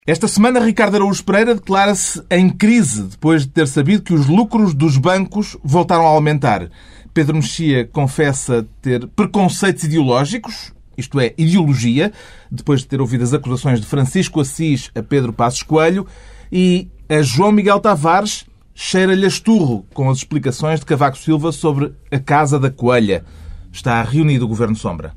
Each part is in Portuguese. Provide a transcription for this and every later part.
Esta semana, Ricardo Araújo Pereira declara-se em crise depois de ter sabido que os lucros dos bancos voltaram a aumentar. Pedro Mexia confessa ter preconceitos ideológicos, isto é, ideologia, depois de ter ouvido as acusações de Francisco Assis a Pedro Passos Coelho, e a João Miguel Tavares cheira-lhe a esturro com as explicações de Cavaco Silva sobre a Casa da Coelha. Está reunido o Governo Sombra.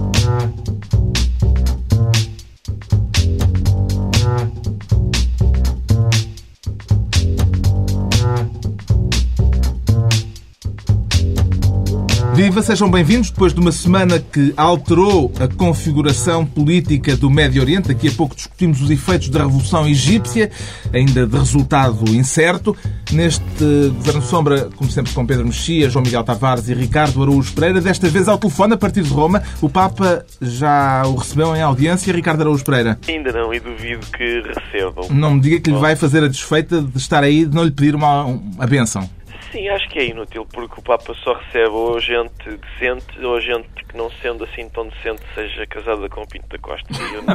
Viva, sejam bem-vindos. Depois de uma semana que alterou a configuração política do Médio Oriente, daqui a pouco discutimos os efeitos da Revolução Egípcia, ainda de resultado incerto. Neste Governo Sombra, como sempre, com Pedro Mexia, João Miguel Tavares e Ricardo Araújo Pereira, desta vez ao telefone, a partir de Roma. O Papa já o recebeu em audiência, Ricardo Araújo Pereira? Ainda não, e duvido que recebam. Não me diga que lhe vai fazer a desfeita de estar aí, de não lhe pedir a bênção. Sim, acho que é inútil, porque o Papa só recebe ou gente decente ou gente que, não sendo assim tão decente, seja casada com o Pinto da Costa.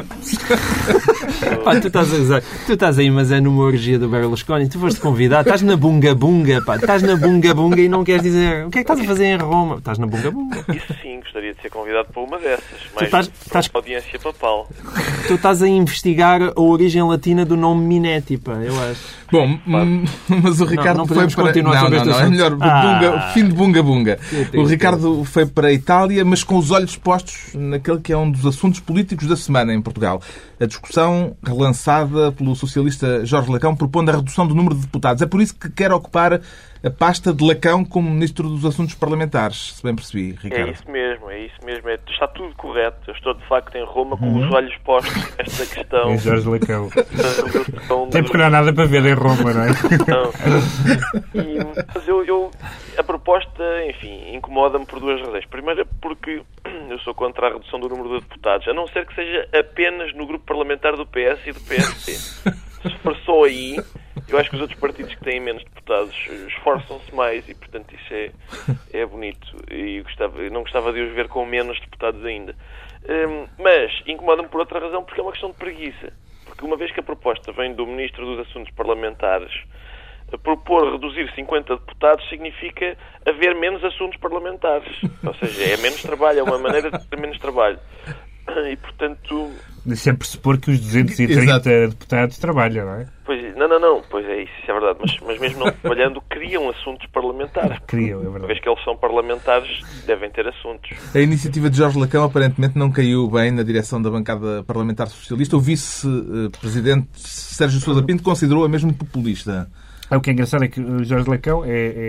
Pá, tu estás aí, mas é numa orgia do Berlusconi, tu foste convidado, estás na bunga-bunga, pá, estás na bunga-bunga e não queres dizer o que é que estás a fazer em Roma? Estás na bunga-bunga. Isso sim, gostaria de ser convidado para uma dessas, mas para uma audiência papal. Tu estás a investigar a origem latina do nome Minetti, pá, eu acho. Bom, mas o Ricardo foi para... Não, é melhor. Fim de bunga-bunga. O Ricardo foi para a Itália, mas com os olhos postos naquele que é um dos assuntos políticos da semana em Portugal. A discussão relançada pelo socialista Jorge Lacão, propondo a redução do número de deputados. É por isso que quer ocupar a pasta de Lacão como Ministro dos Assuntos Parlamentares, se bem percebi, Ricardo. É isso mesmo. Está tudo correto. Eu estou, de facto, em Roma com os olhos postos nesta questão. Em Jorge Lacão. Tem porque não há nada para ver em Roma, não é? Mas a proposta, enfim, incomoda-me por duas razões. Primeiro, porque eu sou contra a redução do número de deputados, a não ser que seja apenas no grupo parlamentar do PS e do PSD. Se for só aí, eu acho que os outros partidos que têm menos deputados esforçam-se mais e, portanto, isso é bonito. E não gostava de os ver com menos deputados ainda. Mas incomoda-me por outra razão, porque é uma questão de preguiça. Porque uma vez que a proposta vem do Ministro dos Assuntos Parlamentares, propor reduzir 50 deputados significa haver menos assuntos parlamentares. Ou seja, é menos trabalho, é uma maneira de ter menos trabalho. E, portanto... Deixa pressupor que os 230 deputados trabalham, não é? Não. Pois é, isso é verdade. Mas mesmo não trabalhando, criam assuntos parlamentares. Criam, é verdade. Uma vez que eles são parlamentares, devem ter assuntos. A iniciativa de Jorge Lacão aparentemente não caiu bem na direção da bancada parlamentar socialista. O vice-presidente Sérgio Sousa Pinto considerou-a mesmo populista. O que é engraçado é que o Jorge Lacão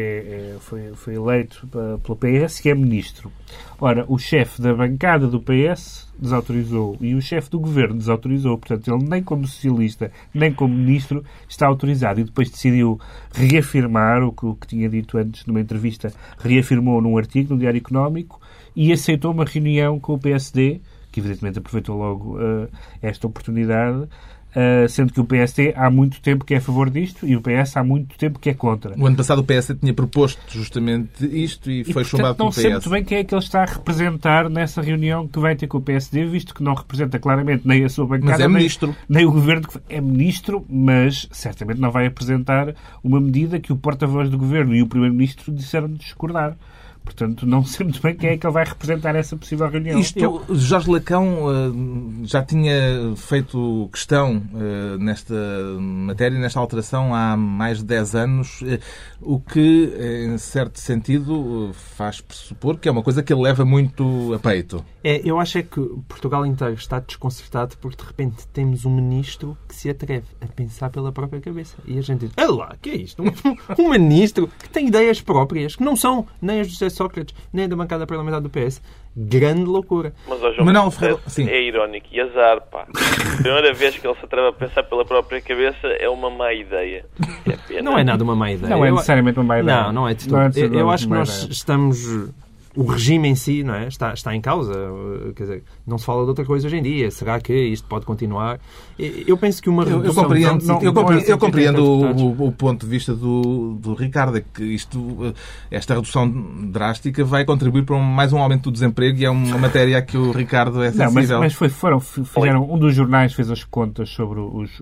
foi eleito pelo PS e é ministro. Ora, o chefe da bancada do PS desautorizou e o chefe do governo desautorizou. Portanto, ele nem como socialista, nem como ministro está autorizado. E depois decidiu reafirmar o que tinha dito antes numa entrevista, reafirmou num artigo no Diário Económico e aceitou uma reunião com o PSD, que evidentemente aproveitou logo esta oportunidade, sendo que o PSD há muito tempo que é a favor disto e o PS há muito tempo que é contra. O ano passado o PSD tinha proposto justamente isto e foi chumbado pelo PS. Não sei muito bem quem é que ele está a representar nessa reunião que vai ter com o PSD, visto que não representa claramente nem a sua bancada, mas é ministro. Nem o governo. É ministro, mas certamente não vai apresentar uma medida que o porta-voz do governo e o primeiro-ministro disseram de discordar. Portanto, não sei muito bem quem é que ele vai representar essa possível reunião. Jorge Lacão já tinha feito questão nesta matéria, nesta alteração, há mais de 10 anos, o que, em certo sentido, faz pressupor que é uma coisa que ele leva muito a peito. Eu acho que Portugal inteiro está desconcertado porque, de repente, temos um ministro que se atreve a pensar pela própria cabeça. E a gente diz, olha lá, que é isto? Um ministro que tem ideias próprias, que não são nem as do José Sócrates, nem da bancada parlamentar do PS. Grande loucura. Mas hoje é irónico e azar, pá. A primeira vez que ele se atreve a pensar pela própria cabeça é uma má ideia. Não é nada uma má ideia. Não é necessariamente uma má ideia. Não é de tudo. Eu acho que nós estamos o regime em si, não é? Está em causa. Quer dizer, não se fala de outra coisa hoje em dia. Será que isto pode continuar? Eu penso que uma redução... Eu compreendo o ponto de vista do Ricardo, é que esta redução drástica vai contribuir para mais um aumento do desemprego, e é uma matéria a que o Ricardo é sensível. Mas fizeram, um dos jornais fez as contas sobre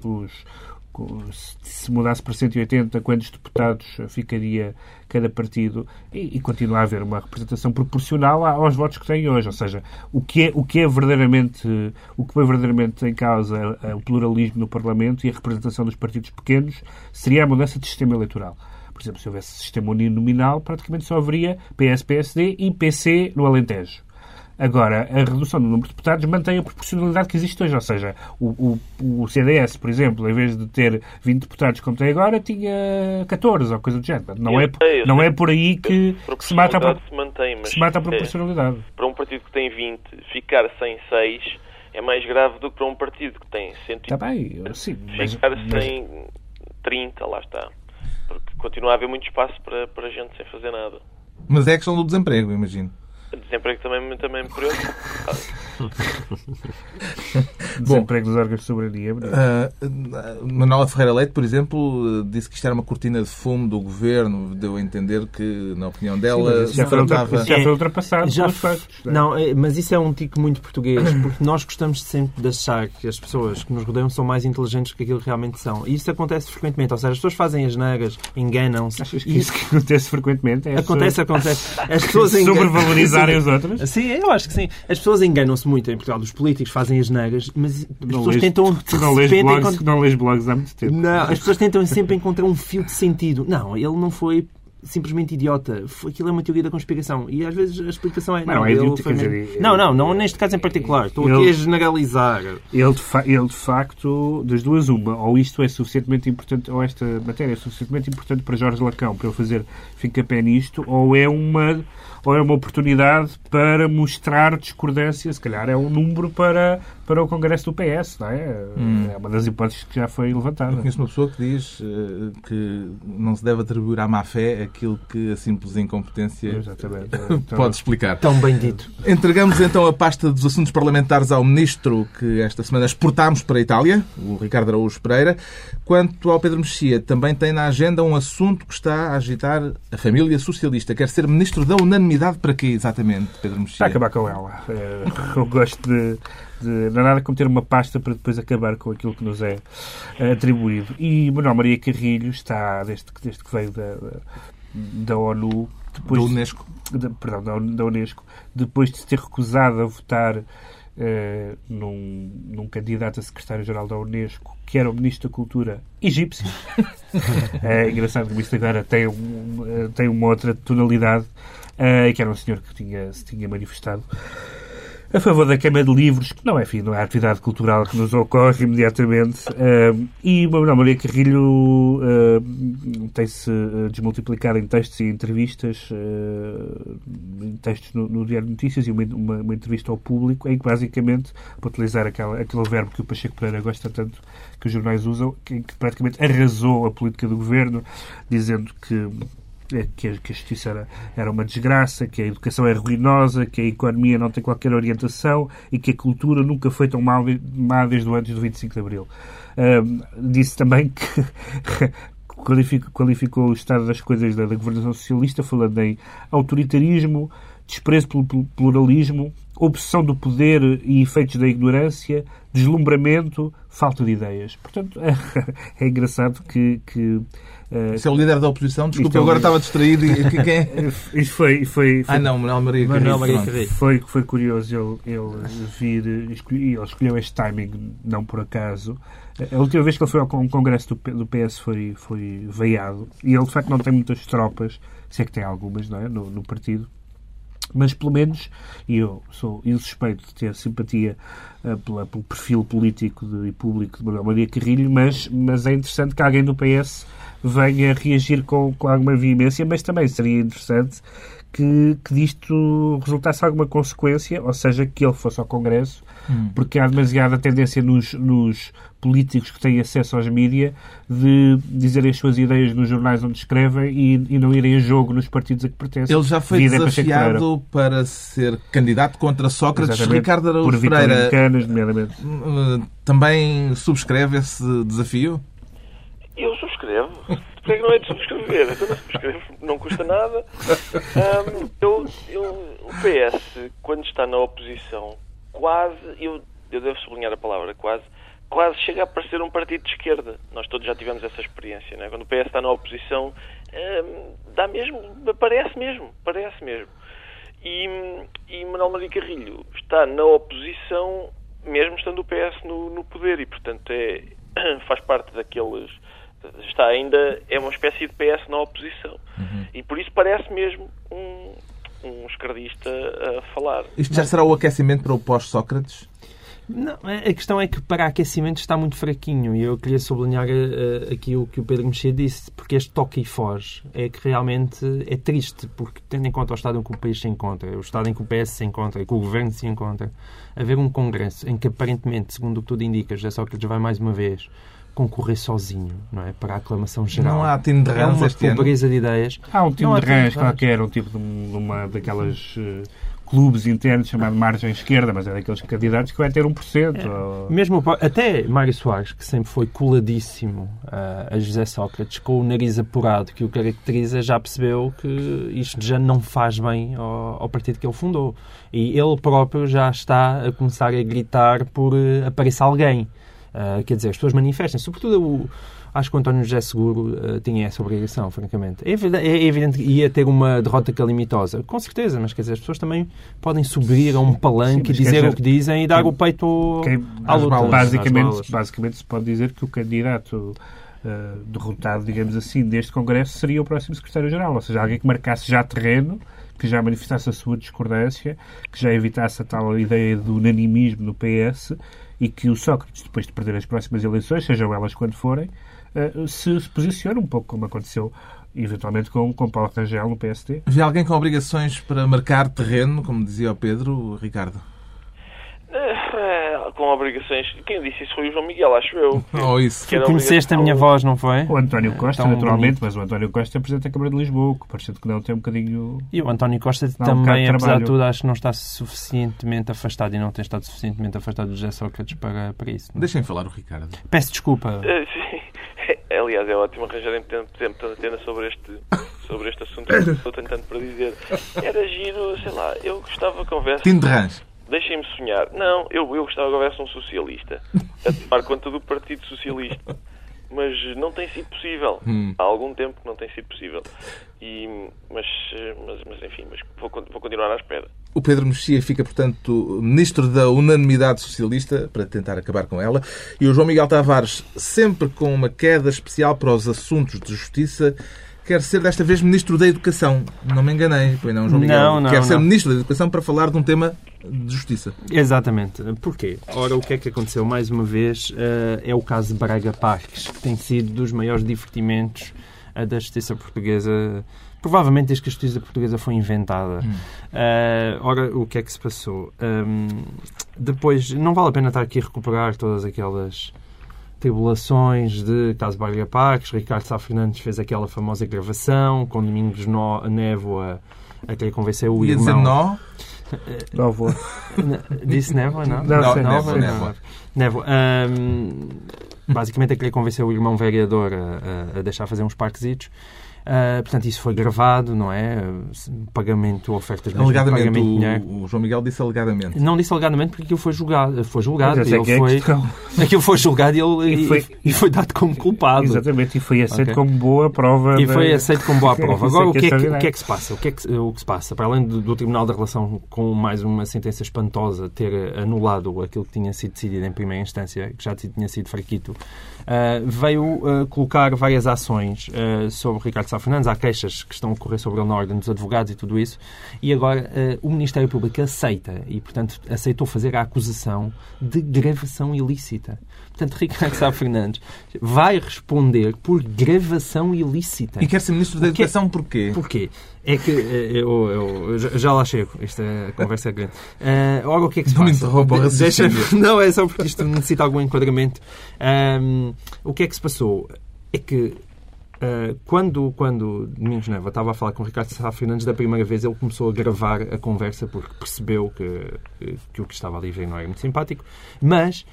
se mudasse para 180, quantos deputados ficaria cada partido, e continua a haver uma representação proporcional aos votos que têm hoje. Ou seja, o que põe verdadeiramente em causa o pluralismo no Parlamento e a representação dos partidos pequenos seria a mudança de sistema eleitoral. Por exemplo, se houvesse sistema uninominal, praticamente só haveria PS, PSD e PC no Alentejo. Agora, a redução do número de deputados mantém a proporcionalidade que existe hoje. Ou seja, o CDS, por exemplo, em vez de ter 20 deputados como tem agora, tinha 14 ou coisa do género. Não é por aí que se mata a proporcionalidade. Para um partido que tem 20, ficar sem 6 é mais grave do que para um partido que tem 100. Está bem, sim. Ficar sem 30, lá está. Porque continua a haver muito espaço para gente sem fazer nada. Mas é a questão do desemprego, imagino. Desemprego também me preocupa. Desemprego dos órgãos de soberania. Manuela Ferreira Leite, por exemplo, disse que isto era uma cortina de fumo do governo. Deu a entender que, na opinião dela, já foi ultrapassado pelos factos. Não, mas isso é um tico muito português, porque nós gostamos sempre de achar que as pessoas que nos rodeiam são mais inteligentes do que aquilo que realmente são. E isso acontece frequentemente. Ou seja, as pessoas fazem asneiras, enganam-se. Achas que isso que acontece frequentemente? Acontece. As pessoas sobrevalorizarem os outros? Sim, eu acho que sim. As pessoas enganam-se muito em Portugal. Os políticos fazem asneiras, mas as pessoas tentam... Não lês blogs há muito tempo. Não, as pessoas tentam sempre encontrar um fio de sentido. Não, ele não foi simplesmente idiota. Aquilo é uma teoria da conspiração. E às vezes a explicação é... Não, neste caso em particular. Estou aqui a generalizar. Ele de facto, das duas uma, ou isto é suficientemente importante, ou esta matéria é suficientemente importante para Jorge Lacão, para ele fazer fica-pé nisto, ou é uma oportunidade para mostrar discordância, se calhar é um número para o Congresso do PS, não é? É uma das hipóteses que já foi levantada. Eu conheço uma pessoa que diz que não se deve atribuir à má-fé aquilo que a simples incompetência pode explicar. Tão bem dito. Entregamos então a pasta dos assuntos parlamentares ao Ministro que esta semana exportámos para a Itália, o Ricardo Araújo Pereira. Quanto ao Pedro Mexia, também tem na agenda um assunto que está a agitar a família socialista. Quer ser Ministro da Unanimidade para quê, exatamente, Pedro Mexia? Para acabar com ela. Eu gosto de não há nada como ter uma pasta para depois acabar com aquilo que nos é atribuído. E Manuel Maria Carrilho está, desde que veio da ONU... Da Unesco. Da Unesco. Depois de se ter recusado a votar num candidato a secretário-geral da Unesco, que era o Ministro da Cultura egípcio. É engraçado que isto agora tem uma outra tonalidade, que era um senhor que se tinha manifestado a favor da queima de livros, que não é a atividade cultural que nos ocorre imediatamente. E Manuel Maria Carrilho tem-se desmultiplicado em textos e entrevistas, em textos no Diário de Notícias e uma entrevista ao Público, em que basicamente, para utilizar aquele verbo que o Pacheco Pereira gosta tanto, que os jornais usam, que praticamente arrasou a política do governo, dizendo que a justiça era uma desgraça, que a educação é ruinosa, que a economia não tem qualquer orientação e que a cultura nunca foi tão má desde antes do 25 de Abril. Disse também que qualificou o estado das coisas da governação socialista, falando em autoritarismo, desprezo pelo pluralismo, obsessão do poder e efeitos da ignorância, deslumbramento, falta de ideias. Portanto, é engraçado que Esse é o líder da oposição? Desculpa, eu agora estava distraído. Quem é? Isso foi... não, Manuel Maria Carrilho. Foi curioso ele vir... Ele escolheu este timing, não por acaso. A última vez que ele foi ao congresso do PS foi veiado. E ele, de facto, não tem muitas tropas. Se é que tem algumas, não é? No partido. Mas, pelo menos, e eu sou insuspeito de ter simpatia pelo perfil político e público de Manuel Maria Carrilho, mas é interessante que alguém do PS venha reagir com alguma veemência, mas também seria interessante que disto resultasse alguma consequência, ou seja, que ele fosse ao Congresso, porque há demasiada tendência nos políticos que têm acesso aos mídias de dizerem as suas ideias nos jornais onde escrevem e não irem a jogo nos partidos a que pertencem. Ele já foi desafiado para ser candidato contra Sócrates. Exatamente. Ricardo Araújo por Pereira nomeadamente. Também subscreve esse desafio? Eu subscrevo. Porque é que não é de subscrever? Quando eu subscrevo não custa nada. O PS, quando está na oposição, quase, eu devo sublinhar a palavra quase chega a parecer um partido de esquerda. Nós todos já tivemos essa experiência, não é? Quando o PS está na oposição, dá mesmo, parece mesmo. E Manuel Maria Carrilho está na oposição mesmo estando o PS no poder e, portanto, faz parte daqueles... é uma espécie de PS na oposição. E por isso parece mesmo um esquerdista a falar. Isto já será o aquecimento para o pós-Sócrates? Não, a questão é que para aquecimento está muito fraquinho e eu queria sublinhar aqui o que o Pedro Mexia disse, porque este toque e foge é que realmente é triste, porque tendo em conta o estado em que o país se encontra, o estado em que o PS se encontra e que o Governo se encontra, haver um Congresso em que aparentemente, segundo o que tudo indica, José Sócrates vai mais uma vez concorrer sozinho, não é? Para a aclamação geral. Não há time de rãs este ano? É uma pobreza de ideias. Há um time de rãs qualquer, um tipo de uma daquelas clubes internos chamado Margem Esquerda, mas é daqueles candidatos que vai ter 1%. Mesmo até Mário Soares, que sempre foi coladíssimo a José Sócrates, com o nariz apurado que o caracteriza, já percebeu que isto já não faz bem ao partido que ele fundou. E ele próprio já está a começar a gritar por apareça alguém. Quer dizer, as pessoas manifestam, sobretudo acho que o António José Seguro tinha essa obrigação, francamente. É evidente que ia ter uma derrota calamitosa, com certeza, mas quer dizer, as pessoas também podem subir a um palanque e dizer o que dizem e dar o peito à luta. Basicamente se pode dizer que o candidato derrotado, digamos assim, deste Congresso seria o próximo secretário-geral, ou seja, alguém que marcasse já terreno, que já manifestasse a sua discordância, que já evitasse a tal ideia do unanimismo no PS e que o Sócrates, depois de perder as próximas eleições, sejam elas quando forem, se posicione um pouco como aconteceu eventualmente com Paulo Rangel no PSD. Havia alguém com obrigações para marcar terreno, como dizia o Pedro, Ricardo? Com obrigações... Quem disse isso foi o João Miguel, acho eu. Isso. Que conheceste a minha voz, não foi? O António Costa, naturalmente, mas o António Costa é Presidente da Câmara de Lisboa, que parecendo que não tem um bocadinho... E o António Costa também, apesar de tudo, acho que não está suficientemente afastado e não tem estado suficientemente afastado de José Sócrates para isso. Não? Deixem falar o Ricardo. Peço desculpa. Sim. Aliás, é ótimo arranjarem tempo de antena sobre este assunto que estou tentando para dizer. Era giro, sei lá, eu gostava de conversa... Tim de Rãs. Deixem-me sonhar. Não, eu gostava que houvesse um socialista a tomar conta do Partido Socialista. Mas não tem sido possível. Há algum tempo que não tem sido possível. Mas enfim, vou continuar à espera. O Pedro Mexia fica, portanto, ministro da unanimidade socialista, para tentar acabar com ela. E o João Miguel Tavares, sempre com uma queda especial para os assuntos de justiça, quer ser desta vez ministro da Educação. Não me enganei, foi não, João Miguel? Quer ser ministro da Educação para falar de um tema de justiça. Exatamente. Porquê? Ora, o que é que aconteceu? Mais uma vez, é o caso de Braga Parques, que tem sido dos maiores divertimentos da justiça portuguesa, provavelmente desde que a justiça portuguesa foi inventada. Ora, o que é que se passou? Depois, não vale a pena estar aqui a recuperar todas aquelas tribulações de caso Braga Parques. Ricardo Sá Fernandes fez aquela famosa gravação com Domingos Névoa a querer convencer o irmão... Ia dizer nó? Névoa. Disse Névoa, não? Névoa. Basicamente a querer convencer o irmão vereador a deixar fazer uns parquesitos. Portanto, isso foi gravado, não é? Pagamento, ofertas de alegadamente, pagamento de dinheiro. O João Miguel disse alegadamente. Não disse alegadamente porque aquilo foi julgado. Aquilo foi julgado e foi dado como culpado. Exatamente, e foi aceito como boa prova. Foi aceito como boa prova. Agora, o que é que se passa? O que se passa? Para além do Tribunal da Relação, com mais uma sentença espantosa, ter anulado aquilo que tinha sido decidido em primeira instância, que já tinha sido fraquito, veio colocar várias ações sobre Ricardo Sá Sá Fernandes, há queixas que estão a ocorrer sobre ele na ordem dos advogados e tudo isso, e agora o Ministério Público aceita, e portanto aceitou fazer a acusação de gravação ilícita. Portanto, Ricardo Sá Fernandes vai responder por gravação ilícita. E quer ser Ministro da Educação porquê? Porquê? É que eu já lá chego. Esta conversa é grande. Ora, o que é que se Não passa? me interrompa o raciocínio. Não, é só porque isto necessita algum enquadramento. O que é que se passou? É que quando Domingos Névoa estava a falar com o Ricardo Sá Fernandes da primeira vez, ele começou a gravar a conversa porque percebeu que o que estava ali a ver não era muito simpático, mas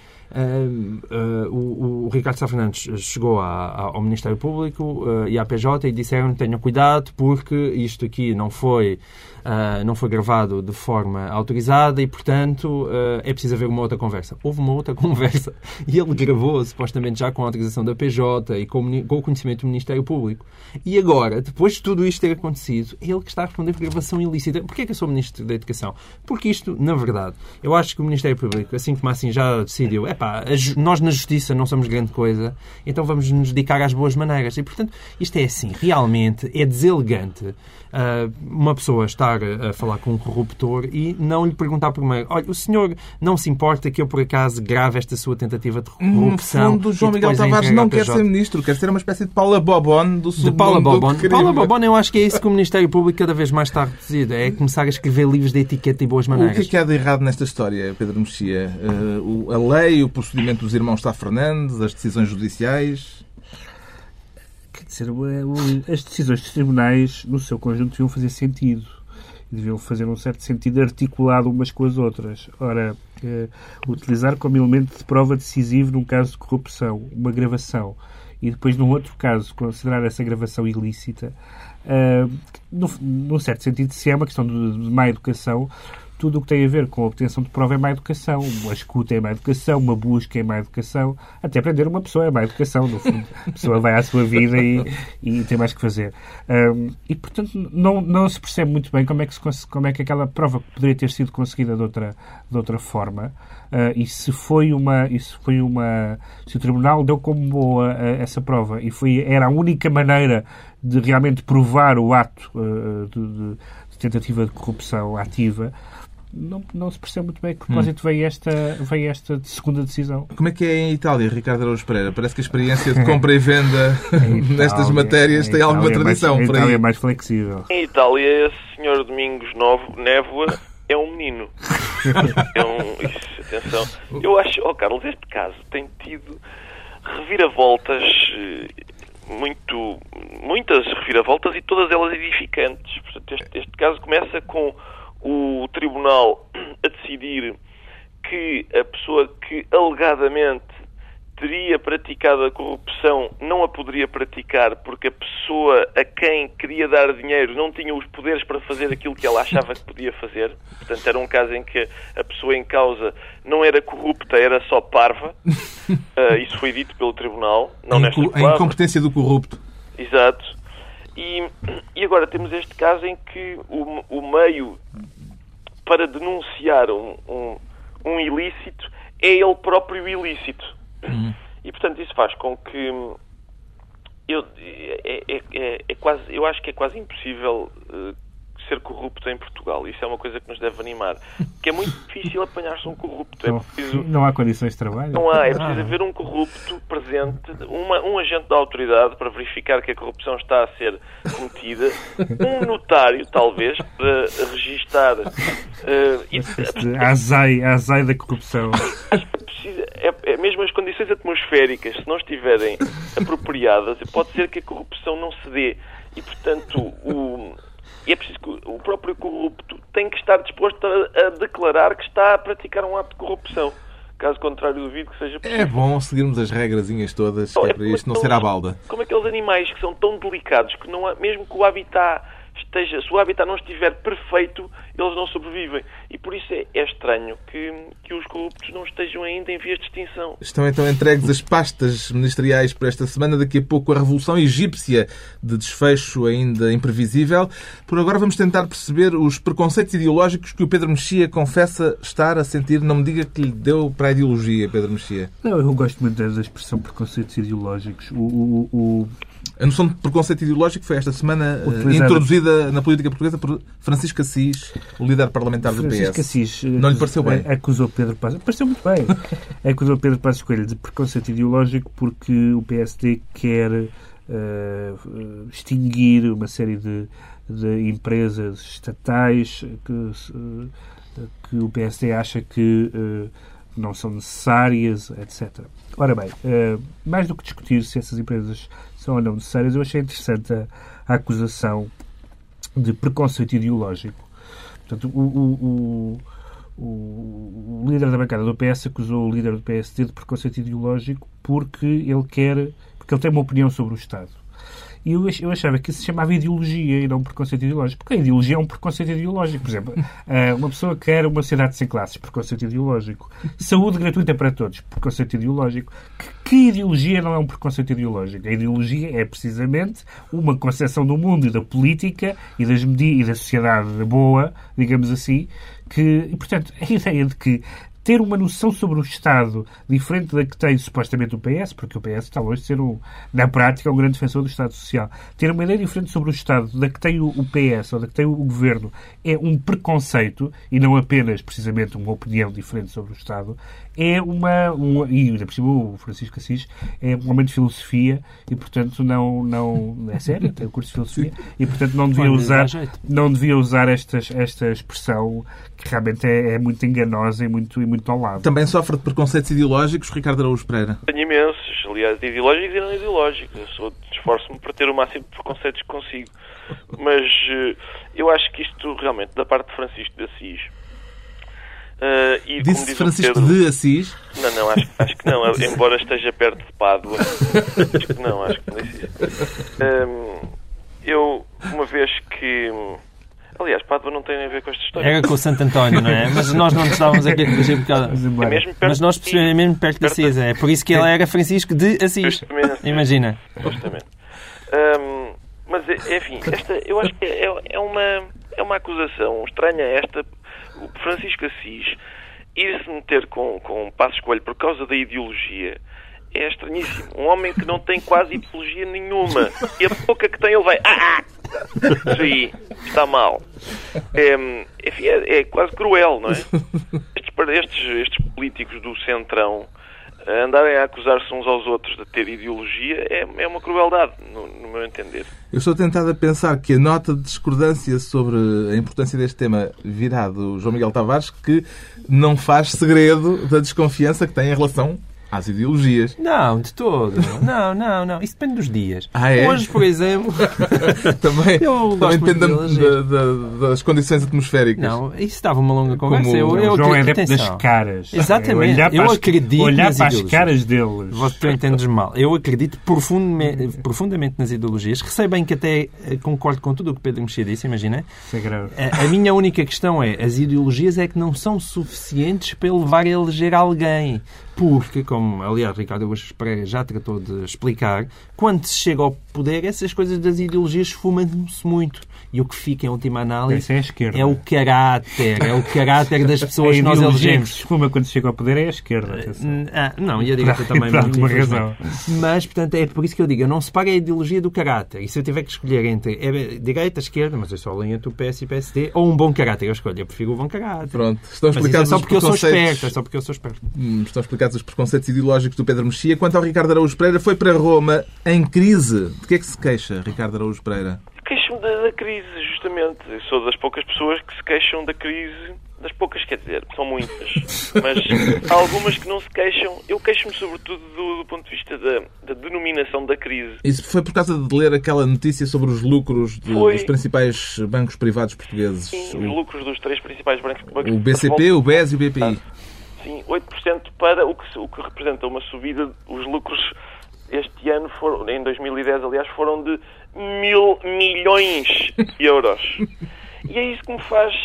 o Ricardo Sá Fernandes chegou ao Ministério Público e à PJ e disseram: tenham cuidado porque isto aqui não foi gravado de forma autorizada e, portanto, é preciso haver uma outra conversa. Houve uma outra conversa e ele gravou, supostamente já com a autorização da PJ e com o conhecimento do Ministério Público. E agora, depois de tudo isto ter acontecido, é ele que está a responder por gravação ilícita. Porquê é que eu sou Ministro da Educação? Porque isto, na verdade, eu acho que o Ministério Público, assim como assim, já decidiu: nós na Justiça não somos grande coisa, então vamos nos dedicar às boas maneiras. E, portanto, isto é assim, realmente é deselegante uma pessoa estar a falar com um corruptor e não lhe perguntar primeiro: olha, o senhor não se importa que eu, por acaso, grave esta sua tentativa de corrupção? No fundo, o João Miguel Tavares não quer ser Ministro, quer ser uma espécie de Paula Bobon do submundo do crime. Paula Bobon, eu acho que é isso que o Ministério Público cada vez mais está reduzido. É começar a escrever livros de etiqueta e boas maneiras. O que é que há de errado nesta história, Pedro Mexia? A lei, o procedimento dos irmãos Sá Fernandes, as decisões judiciais? Quer dizer, as decisões dos tribunais, no seu conjunto, deviam fazer sentido. Deviam fazer um certo sentido articulado umas com as outras. Ora, utilizar como elemento de prova decisivo num caso de corrupção uma gravação e depois, num outro caso, considerar essa gravação ilícita, num certo sentido, se é uma questão de má educação, tudo o que tem a ver com a obtenção de prova é má educação. Uma escuta é má educação, uma busca é má educação. Até prender uma pessoa é má educação, no fundo. A pessoa vai à sua vida e tem mais que fazer. E, portanto, não se percebe muito bem como é que aquela prova poderia ter sido conseguida de outra forma. E se o Tribunal deu como boa essa prova e era a única maneira de realmente provar o ato de tentativa de corrupção ativa, não se percebe muito bem a que propósito veio esta segunda decisão. Como é que é em Itália, Ricardo Araújo Pereira? Parece que a experiência de compra e venda nestas matérias tem alguma tradição. A Itália é mais flexível. Em Itália, o Sr. Domingos Névoa é um menino. Atenção. Eu acho, Carlos, este caso tem tido reviravoltas, muitas reviravoltas, e todas elas edificantes. Portanto, este caso começa com o Tribunal a decidir que a pessoa que alegadamente teria praticado a corrupção não a poderia praticar porque a pessoa a quem queria dar dinheiro não tinha os poderes para fazer aquilo que ela achava que podia fazer. Portanto, era um caso em que a pessoa em causa não era corrupta, era só parva. Isso foi dito pelo Tribunal. A incompetência do corrupto. Exato. E agora temos este caso em que o meio para denunciar um ilícito é ele próprio ilícito. E, portanto, isso faz com que eu acho que é quase impossível ser corrupto em Portugal. Isso é uma coisa que nos deve animar. Porque é muito difícil apanhar-se um corrupto. Não há condições de trabalho? Não há. É preciso haver um corrupto presente, um agente da autoridade para verificar que a corrupção está a ser cometida, um notário, talvez, para registar... a azai da corrupção. Mesmo as condições atmosféricas, se não estiverem apropriadas, pode ser que a corrupção não se dê. E, portanto, é preciso que o próprio corrupto tem que estar disposto a declarar que está a praticar um ato de corrupção. Caso contrário, duvido que seja possível. É bom seguirmos as regrazinhas todas, que é para isto não ser à balda. Como aqueles animais que são tão delicados que não há, mesmo que o habitat se o habitat não estiver perfeito, eles não sobrevivem. E por isso é estranho que os corruptos não estejam ainda em vias de extinção. Estão então entregues as pastas ministeriais para esta semana. Daqui a pouco a revolução egípcia de desfecho ainda imprevisível. Por agora vamos tentar perceber os preconceitos ideológicos que o Pedro Mexia confessa estar a sentir. Não me diga que lhe deu para a ideologia, Pedro Mexia. Não, eu gosto muito da expressão preconceitos ideológicos. A noção de preconceito ideológico foi esta semana introduzida na política portuguesa por Francisco Assis, o líder parlamentar do PS. Francisco Assis não lhe pareceu bem? Acusou Pedro Passos. Pareceu muito bem. Acusou Pedro Passos Coelho de preconceito ideológico porque o PSD quer extinguir uma série de empresas estatais que o PSD acha que não são necessárias, etc. Ora bem, mais do que discutir se essas empresas são ou não necessárias, eu achei interessante a acusação de preconceito ideológico. Portanto, o líder da bancada do PS acusou o líder do PSD de preconceito ideológico porque ele tem uma opinião sobre o Estado. E eu achava que isso se chamava ideologia e não preconceito ideológico. Porque a ideologia é um preconceito ideológico. Por exemplo, uma pessoa que quer uma sociedade sem classes, preconceito ideológico. Saúde gratuita para todos, preconceito ideológico. Que ideologia não é um preconceito ideológico? A ideologia é precisamente uma concepção do mundo e da política e da sociedade boa, digamos assim, e, portanto, a ideia de que ter uma noção sobre o Estado diferente da que tem supostamente o PS, porque o PS está longe de ser, na prática, um grande defensor do Estado Social. Ter uma ideia diferente sobre o Estado da que tem o PS ou da que tem o Governo é um preconceito e não apenas, precisamente, uma opinião diferente sobre o Estado. É e, ainda por cima, o Francisco Assis é um homem de filosofia e, portanto, não é sério, tem o curso de filosofia e, portanto, não devia usar esta expressão que realmente é muito enganosa e muito ao lado. Também sofre de preconceitos ideológicos, Ricardo Araújo Pereira? Tenho imensos, aliás, ideológicos e não ideológicos. Esforço-me para ter o máximo de preconceitos que consigo. Mas eu acho que isto, realmente, da parte de Francisco de Assis... Disse Francisco de Assis? Não, acho que não. Embora esteja perto de Pádua. Acho que não disse isso. Eu, uma vez que... Aliás, Pádua não tem a ver com esta história. Era com o Santo António, não é? Mas nós não estávamos aqui a corrigir por causa... Mas nós percebemos, é mesmo perto de Assis. É por isso que ele era Francisco de Assis. Imagina. Justamente. Mas, enfim, eu acho que é uma acusação estranha esta... O Francisco Assis ir-se meter com Passos Coelho por causa da ideologia é estranhíssimo. Um homem que não tem quase ideologia nenhuma. E a pouca que tem ele vai... Isso aí está mal. Enfim, é quase cruel, não é? Estes políticos do Centrão andarem a acusar-se uns aos outros de ter ideologia é uma crueldade, no meu entender. Eu estou tentado a pensar que a nota de discordância sobre a importância deste tema virá do João Miguel Tavares, que não faz segredo da desconfiança que tem em relação às ideologias. Não, de todo. Não. Isso depende dos dias. É? Hoje, por exemplo... também depende das condições atmosféricas. Não, isso estava uma longa conversa. O João é adepto das caras. Exatamente. Eu acredito olhar para as caras deles. Tu entendes mal. Eu acredito profundamente nas ideologias. Receio bem que até concordo com tudo o que Pedro Mexia disse, imagina. Isso é grave. A minha única questão é, as ideologias é que não são suficientes para levar a eleger alguém. Porque, como, aliás, Ricardo Araújo Pereira já tratou de explicar, quando se chega ao poder, essas coisas das ideologias fumam-se muito. E o que fica, em última análise, é o caráter das pessoas que nós elegemos. A ideologia que se fuma quando se chega ao poder é a esquerda. Não, e a direita também. Por alguma razão. Mas, portanto, é por isso que eu digo, eu não separo a ideologia do caráter. E se eu tiver que escolher entre direita, esquerda, mas eu só alinho entre o PS e o PSD, ou um bom caráter, eu escolho. Eu prefiro o bom caráter. Pronto, estão explicados os preconceitos. É só porque eu sou esperto. Estão explicados os preconceitos ideológicos do Pedro Mexia. Quanto ao Ricardo Araújo Pereira, foi para Roma em crise. De que é que se queixa, Ricardo Araújo Pereira? Queixo-me da crise, justamente. Eu sou das poucas pessoas que se queixam da crise. Das poucas, quer dizer, são muitas. Mas há algumas que não se queixam. Eu queixo-me sobretudo do ponto de vista da denominação da crise. Isso foi por causa de ler aquela notícia sobre os lucros dos principais bancos privados portugueses? Sim, os lucros dos três principais bancos o BCP, o BES e o BPI. Sim, 8% para o que representa uma subida. Os lucros este ano, em 2010, aliás, foram de 1.000 milhões de euros. E é isso que me faz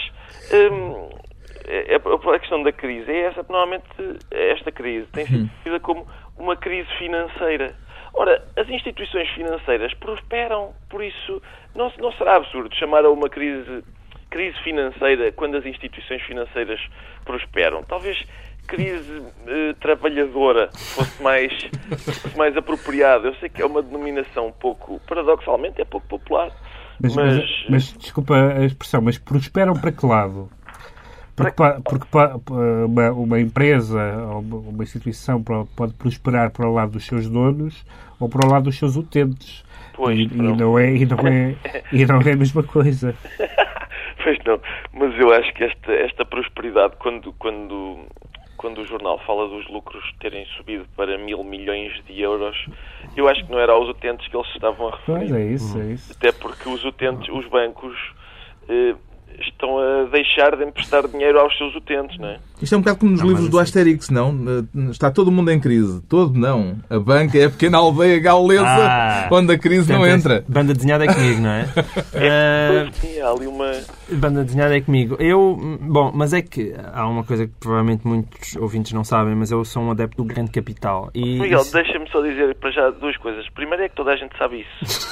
A questão da crise é essa. Normalmente esta crise tem sido vista como uma crise financeira. Ora, as instituições financeiras prosperam, por isso não será absurdo chamar a uma crise financeira quando as instituições financeiras prosperam. Talvez crise trabalhadora fosse mais apropriada. Eu sei que é uma denominação um pouco, paradoxalmente, é pouco popular. Mas desculpa a expressão, mas prosperam para que lado? Porque uma empresa ou uma instituição pode prosperar para o lado dos seus donos ou para o lado dos seus utentes. Pois, e não é a mesma coisa. Pois não, mas eu acho que esta prosperidade, quando o jornal fala dos lucros terem subido para 1.000 milhões de euros, eu acho que não era aos utentes que eles estavam a referir. Pois é isso. Até porque os utentes, os bancos, estão a deixar de emprestar dinheiro aos seus utentes, não é? Isto é um bocado como nos livros do Asterix, não? Está todo mundo em crise. Todo não. A banca é a pequena aldeia gaulesa onde a crise não entra. Banda desenhada é comigo, não é? Sim, há ali uma... Banda desenhada é comigo. Mas é que há uma coisa que provavelmente muitos ouvintes não sabem, mas eu sou um adepto do grande capital. Miguel, deixa-me só dizer para já duas coisas. Primeiro é que toda a gente sabe isso.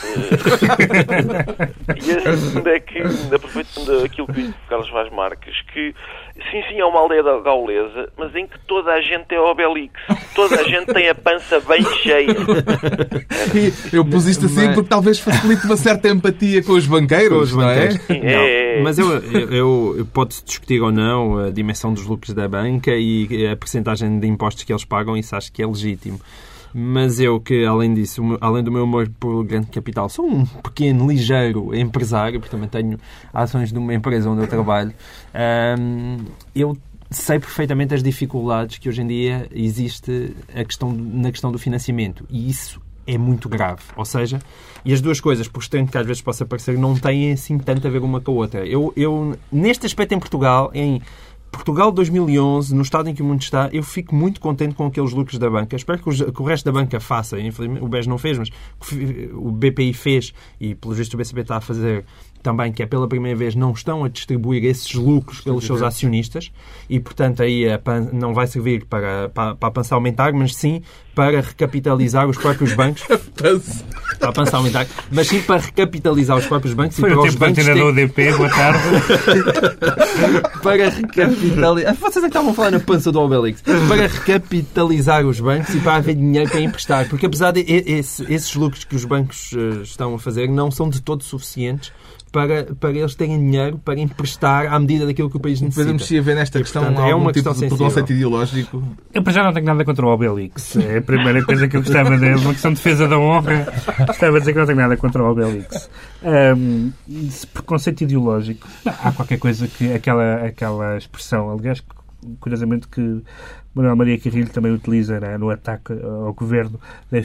E a segunda é que, aproveitando aquilo que disse Carlos Vaz Marques, que sim, é uma aldeia gaulesa, mas em que toda a gente é Obelix. Toda a gente tem a pança bem cheia. Eu pus isto assim porque talvez facilite uma certa empatia com os banqueiros, não é? Não, mas eu pode-se discutir ou não a dimensão dos lucros da banca e a percentagem de impostos que eles pagam, isso acho que é legítimo. Mas eu que, além disso, além do meu amor por grande capital, sou um pequeno, ligeiro empresário, porque também tenho ações de uma empresa onde eu trabalho, eu sei perfeitamente as dificuldades que hoje em dia existe na questão do financiamento. E isso é muito grave. Ou seja, e as duas coisas, por estranho que às vezes possa parecer, não têm assim tanto a ver uma com a outra. Eu neste aspecto em Portugal 2011, no estado em que o mundo está, eu fico muito contente com aqueles lucros da banca. Espero que o resto da banca faça. Infelizmente, o BES não fez, mas o BPI fez e, pelo visto, o BCP está a fazer também, que é pela primeira vez não estão a distribuir esses lucros pelos seus acionistas e, portanto, aí não vai servir para a pança aumentar, mas sim para recapitalizar os próprios bancos. Para a pança aumentar, mas sim para recapitalizar os próprios bancos. Foi e para o os tempo da antena do ODP, boa tarde. Para recapitalizar... Vocês é que estavam a falar na pança do Obelix. Para recapitalizar os bancos e para haver dinheiro para emprestar. Porque apesar de esses lucros que os bancos estão a fazer não são de todo suficientes para eles terem dinheiro para emprestar à medida daquilo que o país necessita. Pedro Mexia vê nesta questão portanto, algum tipo de preconceito ideológico? Eu para já não tenho nada contra o Obelix. É a primeira coisa que eu gostava de uma questão de defesa da honra. Gostava de dizer que não tenho nada contra o Obelix. Preconceito ideológico. Há qualquer coisa que aquela expressão, aliás, curiosamente que Manuel Maria Carrilho também utiliza, né, no ataque ao governo, da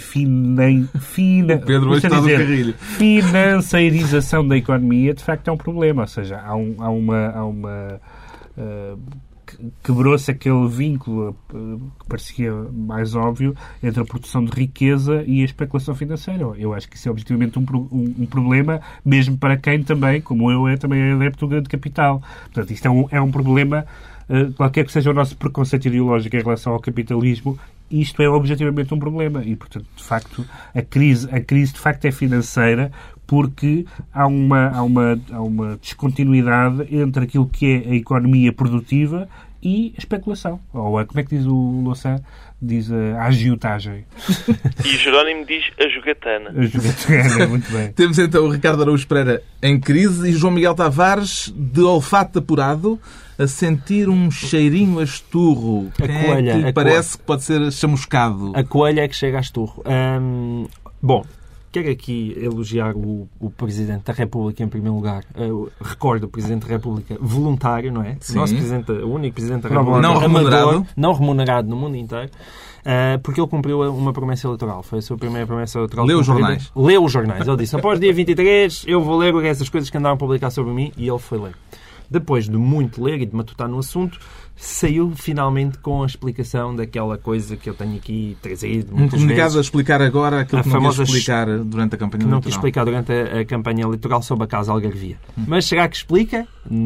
financiarização da economia, de facto é um problema. Ou seja, há uma quebrou-se aquele vínculo que parecia mais óbvio entre a produção de riqueza e a especulação financeira. Eu acho que isso é objetivamente um problema, mesmo para quem também, como eu, também é adepto do grande capital. Portanto, isto é um problema. Qualquer que seja o nosso preconceito ideológico em relação ao capitalismo, isto é objetivamente um problema. E, portanto, de facto, a crise de facto é financeira porque há uma descontinuidade entre aquilo que é a economia produtiva e a especulação. Ou como é que diz o Louçã? Diz a agiotagem. E Jerónimo diz a jogatana. A jogatana, muito bem. Temos então o Ricardo Araújo Pereira em crise e João Miguel Tavares de olfato apurado a sentir um cheirinho a esturro. Que parece que pode ser chamuscado. A coelha é que chega a esturro. Bom, quero aqui elogiar o Presidente da República em primeiro lugar. Recordo o Presidente da República voluntário, não é? Sim. O único Presidente da República não remunerado no mundo inteiro. Porque ele cumpriu uma promessa eleitoral. Foi a sua primeira promessa eleitoral. Leu os jornais. Leu os jornais. Ele disse, após dia 23, eu vou ler essas coisas que andaram a publicar sobre mim, e ele foi ler. depois de muito ler e de matutar no assunto, saiu finalmente com a explicação daquela coisa que eu tenho aqui trazido muitas comunicado vezes. A explicar agora aquilo A que não famosa quis explicar durante a campanha que não eleitoral. quis explicar durante a campanha eleitoral sobre a Casa Algarvia. Mas será que explica?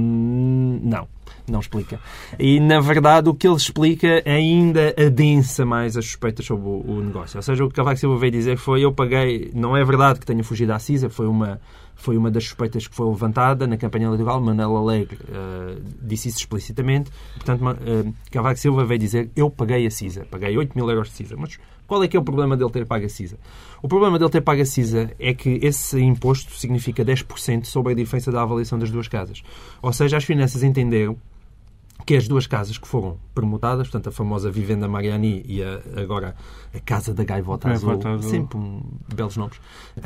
Não explica. E, na verdade, o que ele explica ainda adensa mais as suspeitas sobre o negócio. Ou seja, o que Cavaco Silva veio dizer foi: eu paguei... Não é verdade que tenha fugido à CISA, foi uma das suspeitas que foi levantada na campanha eleitoral. Manuel Alegre disse isso explicitamente. Portanto, Cavaco Silva veio dizer: eu paguei a CISA, paguei 8 mil euros de CISA. Mas qual é que é o problema dele ter pago a CISA? O problema dele ter pago a CISA é que esse imposto significa 10% sobre a diferença da avaliação das duas casas. Ou seja, as finanças entenderam que as duas casas que foram permutadas, portanto, a famosa Vivenda Mariani e agora a Casa da Gaivota Azul, sempre belos nomes,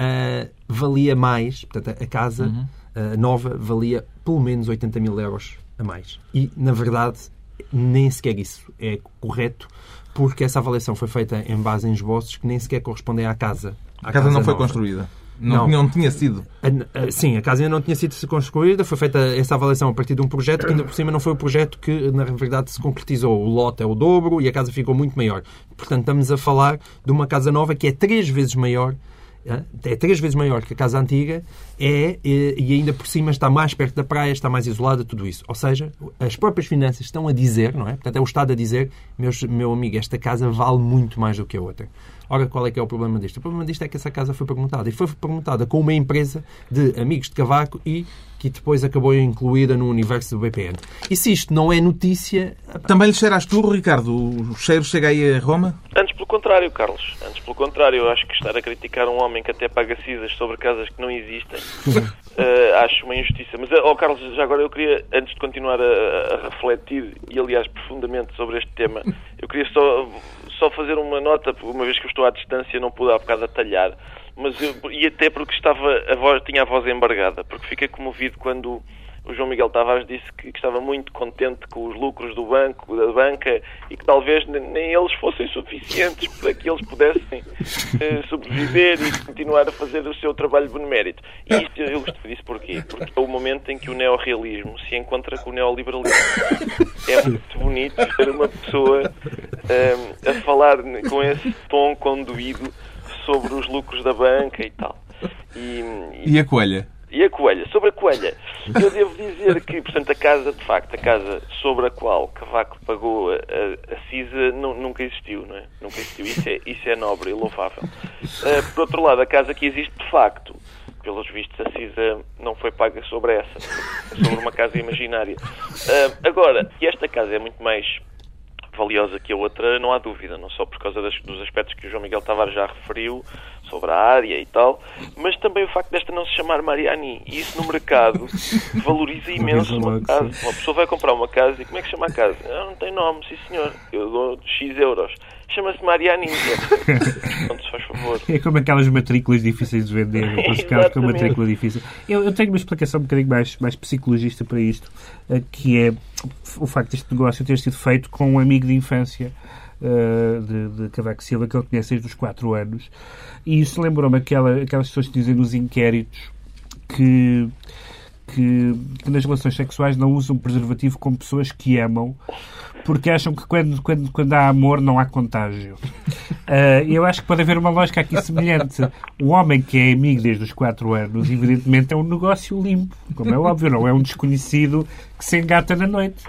valia mais, portanto, a casa nova valia pelo menos 80 mil euros a mais. E, na verdade, nem sequer isso é correto, porque essa avaliação foi feita em base em esboços que nem sequer correspondem à casa. A casa não foi nova. Construída. Não tinha sido. Sim, a casa ainda não tinha sido construída. Foi feita essa avaliação a partir de um projeto que, ainda por cima, não foi o projeto que, na verdade, se concretizou. O lote é o dobro e a casa ficou muito maior. Portanto, estamos a falar de uma casa nova que é 3 vezes maior. É 3 vezes maior que a casa antiga e ainda por cima está mais perto da praia, está mais isolada, tudo isso. Ou seja, as próprias finanças estão a dizer, não é? Portanto, é o Estado a dizer: meu amigo, esta casa vale muito mais do que a outra. Ora, qual é que é o problema disto? O problema disto é que essa casa foi permutada. E foi permutada com uma empresa de amigos de Cavaco e que depois acabou incluída no universo do BPN. E se isto não é notícia... Também lhe cheira a esturro, Ricardo? O cheiro chega aí a Roma? Antes pelo contrário, Carlos. Antes pelo contrário. Eu acho que estar a criticar um homem que até paga CISAs sobre casas que não existem, acho uma injustiça. Mas, Carlos, já agora eu queria, antes de continuar a refletir, e aliás profundamente sobre este tema, eu queria só fazer uma nota, uma vez que eu estou à distância, não pude há bocado atalhar, e até porque tinha a voz embargada, porque fiquei comovido quando o João Miguel Tavares disse que estava muito contente com os lucros da banca, e que talvez nem eles fossem suficientes para que eles pudessem sobreviver e continuar a fazer o seu trabalho benemérito. E isto eu gostei disso porquê? Porque é o momento em que o neorrealismo se encontra com o neoliberalismo. É muito bonito ver uma pessoa a falar com esse tom conduído sobre os lucros da banca e tal. E a coelha? E a coelha? Sobre a coelha, eu devo dizer que, portanto, a casa sobre a qual Cavaco pagou a CISA nunca existiu, não é? Nunca existiu. Isso é nobre e louvável. Por outro lado, a casa que existe de facto, pelos vistos, a CISA não foi paga sobre uma casa imaginária. Agora, que esta casa é muito mais valiosa que a outra, não há dúvida, não só por causa dos aspectos que o João Miguel Tavares já referiu sobre a área e tal, mas também o facto desta não se chamar Mariani. E isso no mercado valoriza imenso uma casa. Uma pessoa vai comprar uma casa e como é que se chama a casa? Não tem nome, sim senhor, eu dou X euros. Chama-se Mariani. Então, se faz favor. É como aquelas matrículas difíceis de vender. Os carros com matrícula difícil. Eu tenho uma explicação um bocadinho mais psicologista para isto, que é o facto deste negócio ter sido feito com um amigo de infância de Cavaco Silva, que ele conhece desde os 4 anos. E isso lembrou-me aquelas pessoas que dizem nos inquéritos que nas relações sexuais não usam preservativo com pessoas que amam, porque acham que quando há amor não há contágio. Eu acho que pode haver uma lógica aqui semelhante. O homem que é amigo desde os 4 anos, evidentemente, é um negócio limpo, como é óbvio, não é um desconhecido que se engata na noite.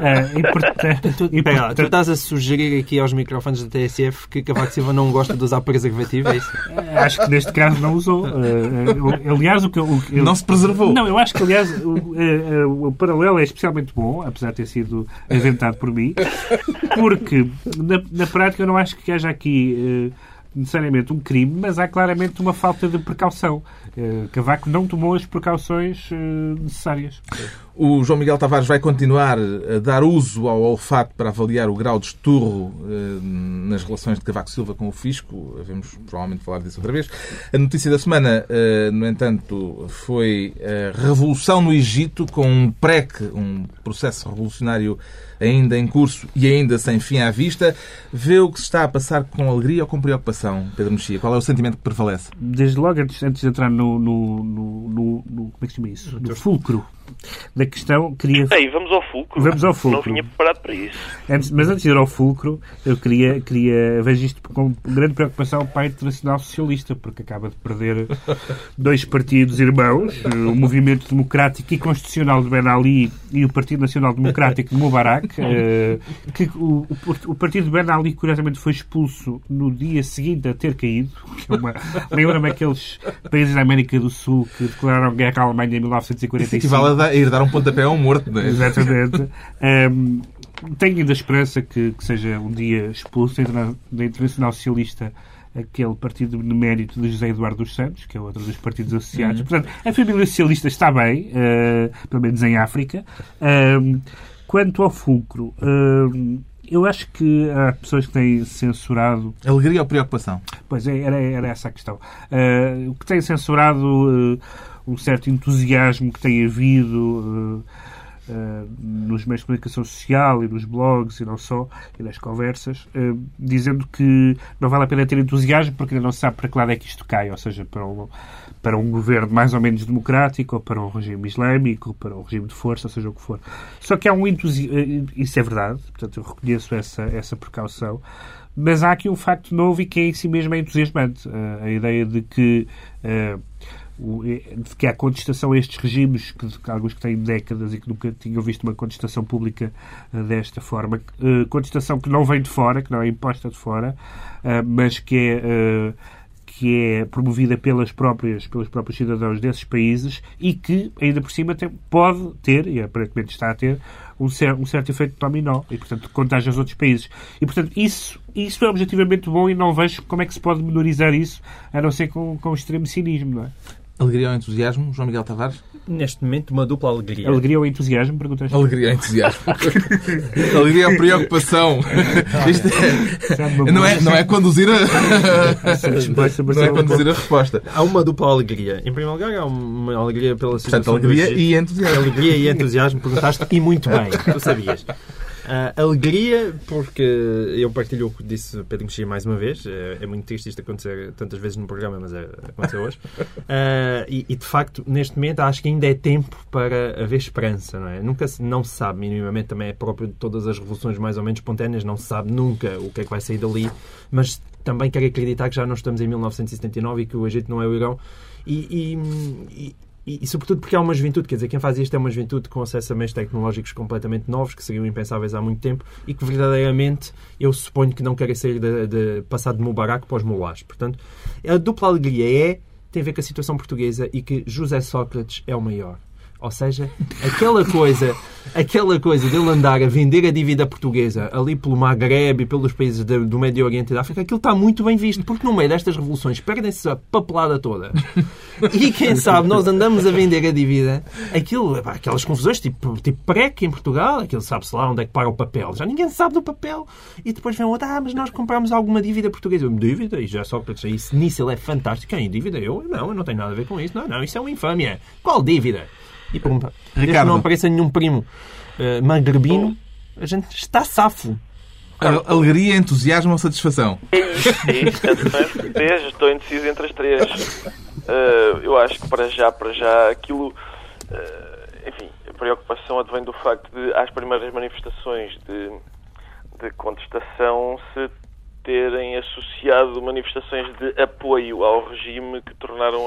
Tu estás a sugerir aqui aos microfones da TSF que Cavaco Silva não gosta de usar preservativo, é isso? Acho que neste caso não usou. Aliás, não se preservou. Não, eu acho que, aliás, o paralelo é especialmente bom, apesar de ter sido inventado por mim, porque na prática eu não acho que haja aqui necessariamente um crime, mas há claramente uma falta de precaução. Cavaco não tomou as precauções necessárias. O João Miguel Tavares vai continuar a dar uso ao olfato para avaliar o grau de esturro nas relações de Cavaco Silva com o Fisco. Vamos provavelmente falar disso outra vez. A notícia da semana, no entanto, foi a revolução no Egito, com um PREC, um processo revolucionário ainda em curso e ainda sem fim à vista. Vê o que se está a passar com alegria ou com preocupação, Pedro Mexia? Qual é o sentimento que prevalece? Desde logo, antes de entrar como é que se chama isso? No fulcro da questão, queria... Ei, vamos ao fulcro. Vamos ao fulcro. Não vinha preparado para isso. Mas antes de ir ao fulcro, eu queria vejo isto com grande preocupação para a Internacional Socialista, porque acaba de perder 2 partidos irmãos, o Movimento Democrático e Constitucional de Ben Ali e o Partido Nacional Democrático de Mubarak, que o partido de Ben Ali, curiosamente, foi expulso no dia seguinte a ter caído. Lembra-me aqueles países da América do Sul que declararam guerra à Alemanha em 1945. Isso equivale a ir dar um pontapé a um morto, não é? Exatamente. Tenho ainda a esperança que seja um dia expulso da Internacional Socialista aquele partido benemérito de José Eduardo dos Santos, que é outro dos partidos associados. Portanto, a família socialista está bem, pelo menos em África. Quanto ao fulcro, eu acho que há pessoas que têm censurado... Alegria ou preocupação? Pois é, era essa a questão. Que têm censurado um certo entusiasmo que tem havido nos meios de comunicação social e nos blogs e não só, e nas conversas, dizendo que não vale a pena ter entusiasmo porque ainda não se sabe para que lado é que isto cai, ou seja, para um governo mais ou menos democrático, ou para um regime islâmico, ou para um regime de força, seja o que for. Só que há um entusiasmo, isso é verdade, portanto eu reconheço essa precaução, mas há aqui um facto novo e que em si mesmo é entusiasmante. A ideia de que há contestação a estes regimes, alguns que têm décadas e que nunca tinham visto uma contestação pública desta forma. Contestação que não vem de fora, que não é imposta de fora, mas que é promovida pelos próprios cidadãos desses países e que, ainda por cima, pode ter, e aparentemente está a ter, um certo efeito dominó e, portanto, contágio aos outros países. E, portanto, isso é objetivamente bom e não vejo como é que se pode menorizar isso, a não ser com extremo cinismo, não é? Alegria ou entusiasmo, João Miguel Tavares? Neste momento, uma dupla alegria. Alegria ou entusiasmo? Perguntas? Alegria ou entusiasmo. Alegria ou preocupação. Isto não é conduzir a resposta. Há uma dupla alegria. Em primeiro lugar, há uma alegria pela situação. Portanto, alegria e entusiasmo. Alegria e entusiasmo, perguntaste, e muito bem. Tu sabias. Alegria, porque eu partilho o que disse Pedro Mexia mais uma vez. É muito triste isto acontecer tantas vezes no programa, mas aconteceu hoje. E de facto, neste momento, acho que ainda é tempo para haver esperança, não é? Não se sabe minimamente, também é próprio de todas as revoluções mais ou menos espontâneas, não se sabe nunca o que é que vai sair dali, mas também quero acreditar que já não estamos em 1979 e que o Egito não é o Irão. E sobretudo porque há uma juventude, quer dizer, quem faz isto é uma juventude com acesso a meios tecnológicos completamente novos, que seriam impensáveis há muito tempo, e que verdadeiramente eu suponho que não querem sair de passar de Mubarak para os mulás. Portanto, a dupla alegria tem a ver com a situação portuguesa e que José Sócrates é o maior. Ou seja, aquela coisa de ele andar a vender a dívida portuguesa ali pelo Magreb e pelos países do Médio Oriente e da África, aquilo está muito bem visto, porque no meio destas revoluções perdem-se a papelada toda. E quem sabe, nós andamos a vender a dívida, aquelas confusões, tipo PREC em Portugal, aquilo sabe-se lá onde é que para o papel. Já ninguém sabe do papel. E depois vem outro, mas nós compramos alguma dívida portuguesa. Dívida? E já Sócrates, nisso ele é fantástico. Quem? Dívida? Eu não tenho nada a ver com isso. Não, isso é uma infâmia. Qual dívida? E pergunta, desde que não apareça nenhum primo magrebino, a gente está safo. Alegria, entusiasmo ou satisfação? Estou indeciso entre as três. Eu acho que para já aquilo... enfim, a preocupação advém do facto de, às primeiras manifestações de contestação, se terem associado manifestações de apoio ao regime que tornaram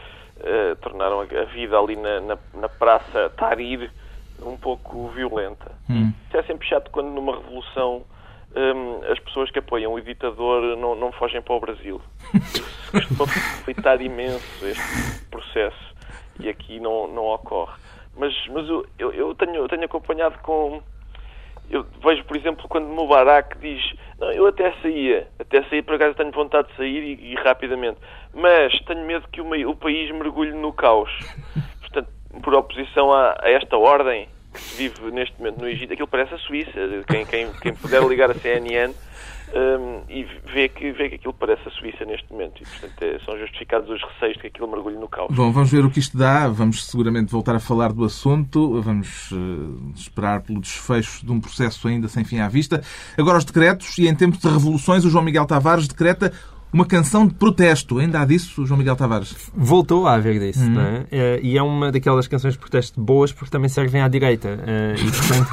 a vida ali na Praça Tahrir um pouco violenta. Isso é sempre chato quando numa revolução as pessoas que apoiam o ditador não fogem para o Brasil. Costuma facilitar imenso este processo e aqui não ocorre. Mas eu tenho acompanhado com... Eu vejo, por exemplo, quando Mubarak diz eu até saía, por acaso tenho vontade de sair e rapidamente, mas tenho medo que o país mergulhe no caos. Portanto, por oposição a esta ordem que se vive neste momento no Egito, aquilo parece a Suíça. Quem puder ligar a CNN e vê que aquilo parece a Suíça neste momento. E, portanto, são justificados os receios de que aquilo mergulhe no caos. Bom, vamos ver o que isto dá. Vamos seguramente voltar a falar do assunto. Vamos esperar pelo desfecho de um processo ainda sem fim à vista. Agora os decretos, e em tempos de revoluções, o João Miguel Tavares decreta uma canção de protesto. Ainda há disso, João Miguel Tavares? Voltou a haver disso, não é? E é uma daquelas canções de protesto boas porque também servem à direita. E, portanto,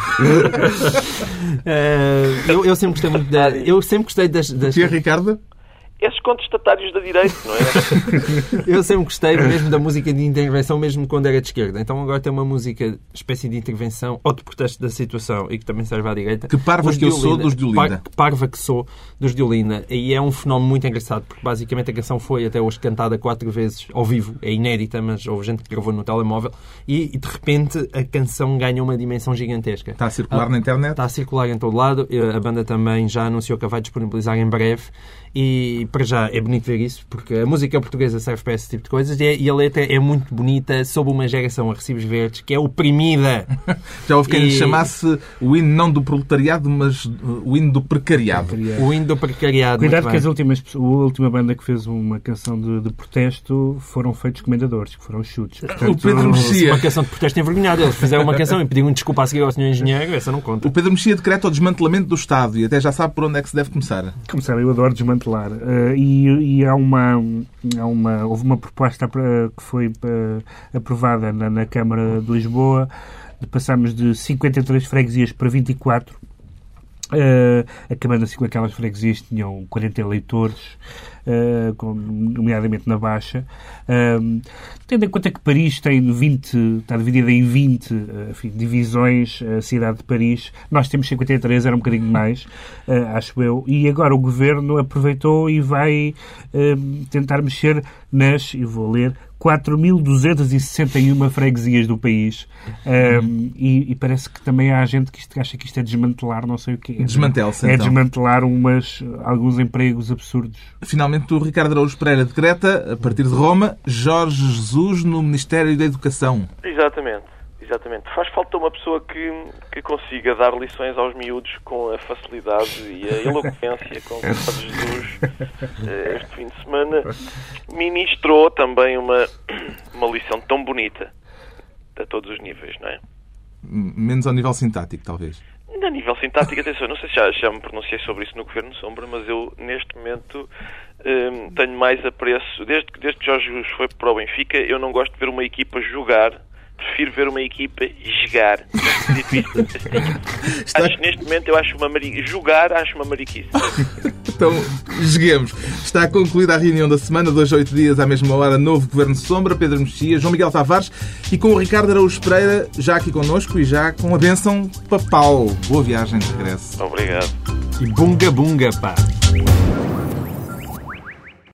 eu sempre gostei muito eu sempre gostei das... E a Ricardo? Esses contestatários da direita, não é? Eu sempre gostei mesmo da música de intervenção, mesmo quando era de esquerda. Então agora tem uma música, espécie de intervenção ou de protesto da situação e que também serve à direita. Que parva que eu sou dos de Olinda. Que parva que sou dos de Olinda. E é um fenómeno muito engraçado, porque basicamente a canção foi até hoje cantada 4 vezes ao vivo. É inédita, mas houve gente que gravou no telemóvel. E de repente a canção ganha uma dimensão gigantesca. Está a circular na internet? Está a circular em todo lado. A banda também já anunciou que a vai disponibilizar em breve. E para já é bonito ver isso, porque a música portuguesa serve para esse tipo de coisas e a letra é muito bonita sob uma geração a recibos verdes que é oprimida. Já houve quem lhe chamasse o hino não do proletariado, mas o hino do precariado. O hino do precariado. Cuidado que a última banda que fez uma canção de protesto foram feitos comendadores, que foram chutes. Portanto, o Pedro Mexia... Uma canção de protesto envergonhada. Eles fizeram uma canção e pediram desculpa a seguir ao Sr. Engenheiro, essa não conta. O Pedro Mexia decreta o desmantelamento do Estado e até já sabe por onde é que se deve começar. Eu adoro desmantelar. E houve uma proposta que foi aprovada na Câmara de Lisboa de passarmos de 53 freguesias para 24. Acabando assim com aquelas freguesias que tinham 40 eleitores, nomeadamente na Baixa. Tendo em conta que Paris tem 20, está dividida em 20 divisões, a cidade de Paris. Nós temos 53, era um bocadinho mais, acho eu. E agora o Governo aproveitou e vai tentar mexer e vou ler, 4.261 freguesias do país. E parece que também há gente que acha que isto é desmantelar, não sei o quê. Desmantele-se, então. É então. desmantelar alguns empregos absurdos. Finalmente, o Ricardo Araújo Pereira decreta, a partir de Roma, Jorge Jesus no Ministério da Educação. Exatamente. Faz falta uma pessoa que consiga dar lições aos miúdos com a facilidade e a eloquência com que o Jorge Jesus, este fim de semana, ministrou também uma lição tão bonita a todos os níveis, não é? Menos ao nível sintático, talvez. A nível sintático, atenção, não sei se já me pronunciei sobre isso no Governo Sombra, mas eu, neste momento, tenho mais apreço. Desde que Jorge Jesus foi para o Benfica, eu não gosto de ver uma equipa jogar, prefiro ver uma equipa jogar. Neste momento, eu acho jogar, acho uma mariquice. Então, joguemos. Está concluída a reunião da semana, 2 a 8 dias, à mesma hora, novo Governo Sombra, Pedro Mexia, João Miguel Tavares e com o Ricardo Araújo Pereira, já aqui connosco e já com a bênção papal. Boa viagem de regresso. Obrigado. E bunga bunga, pá.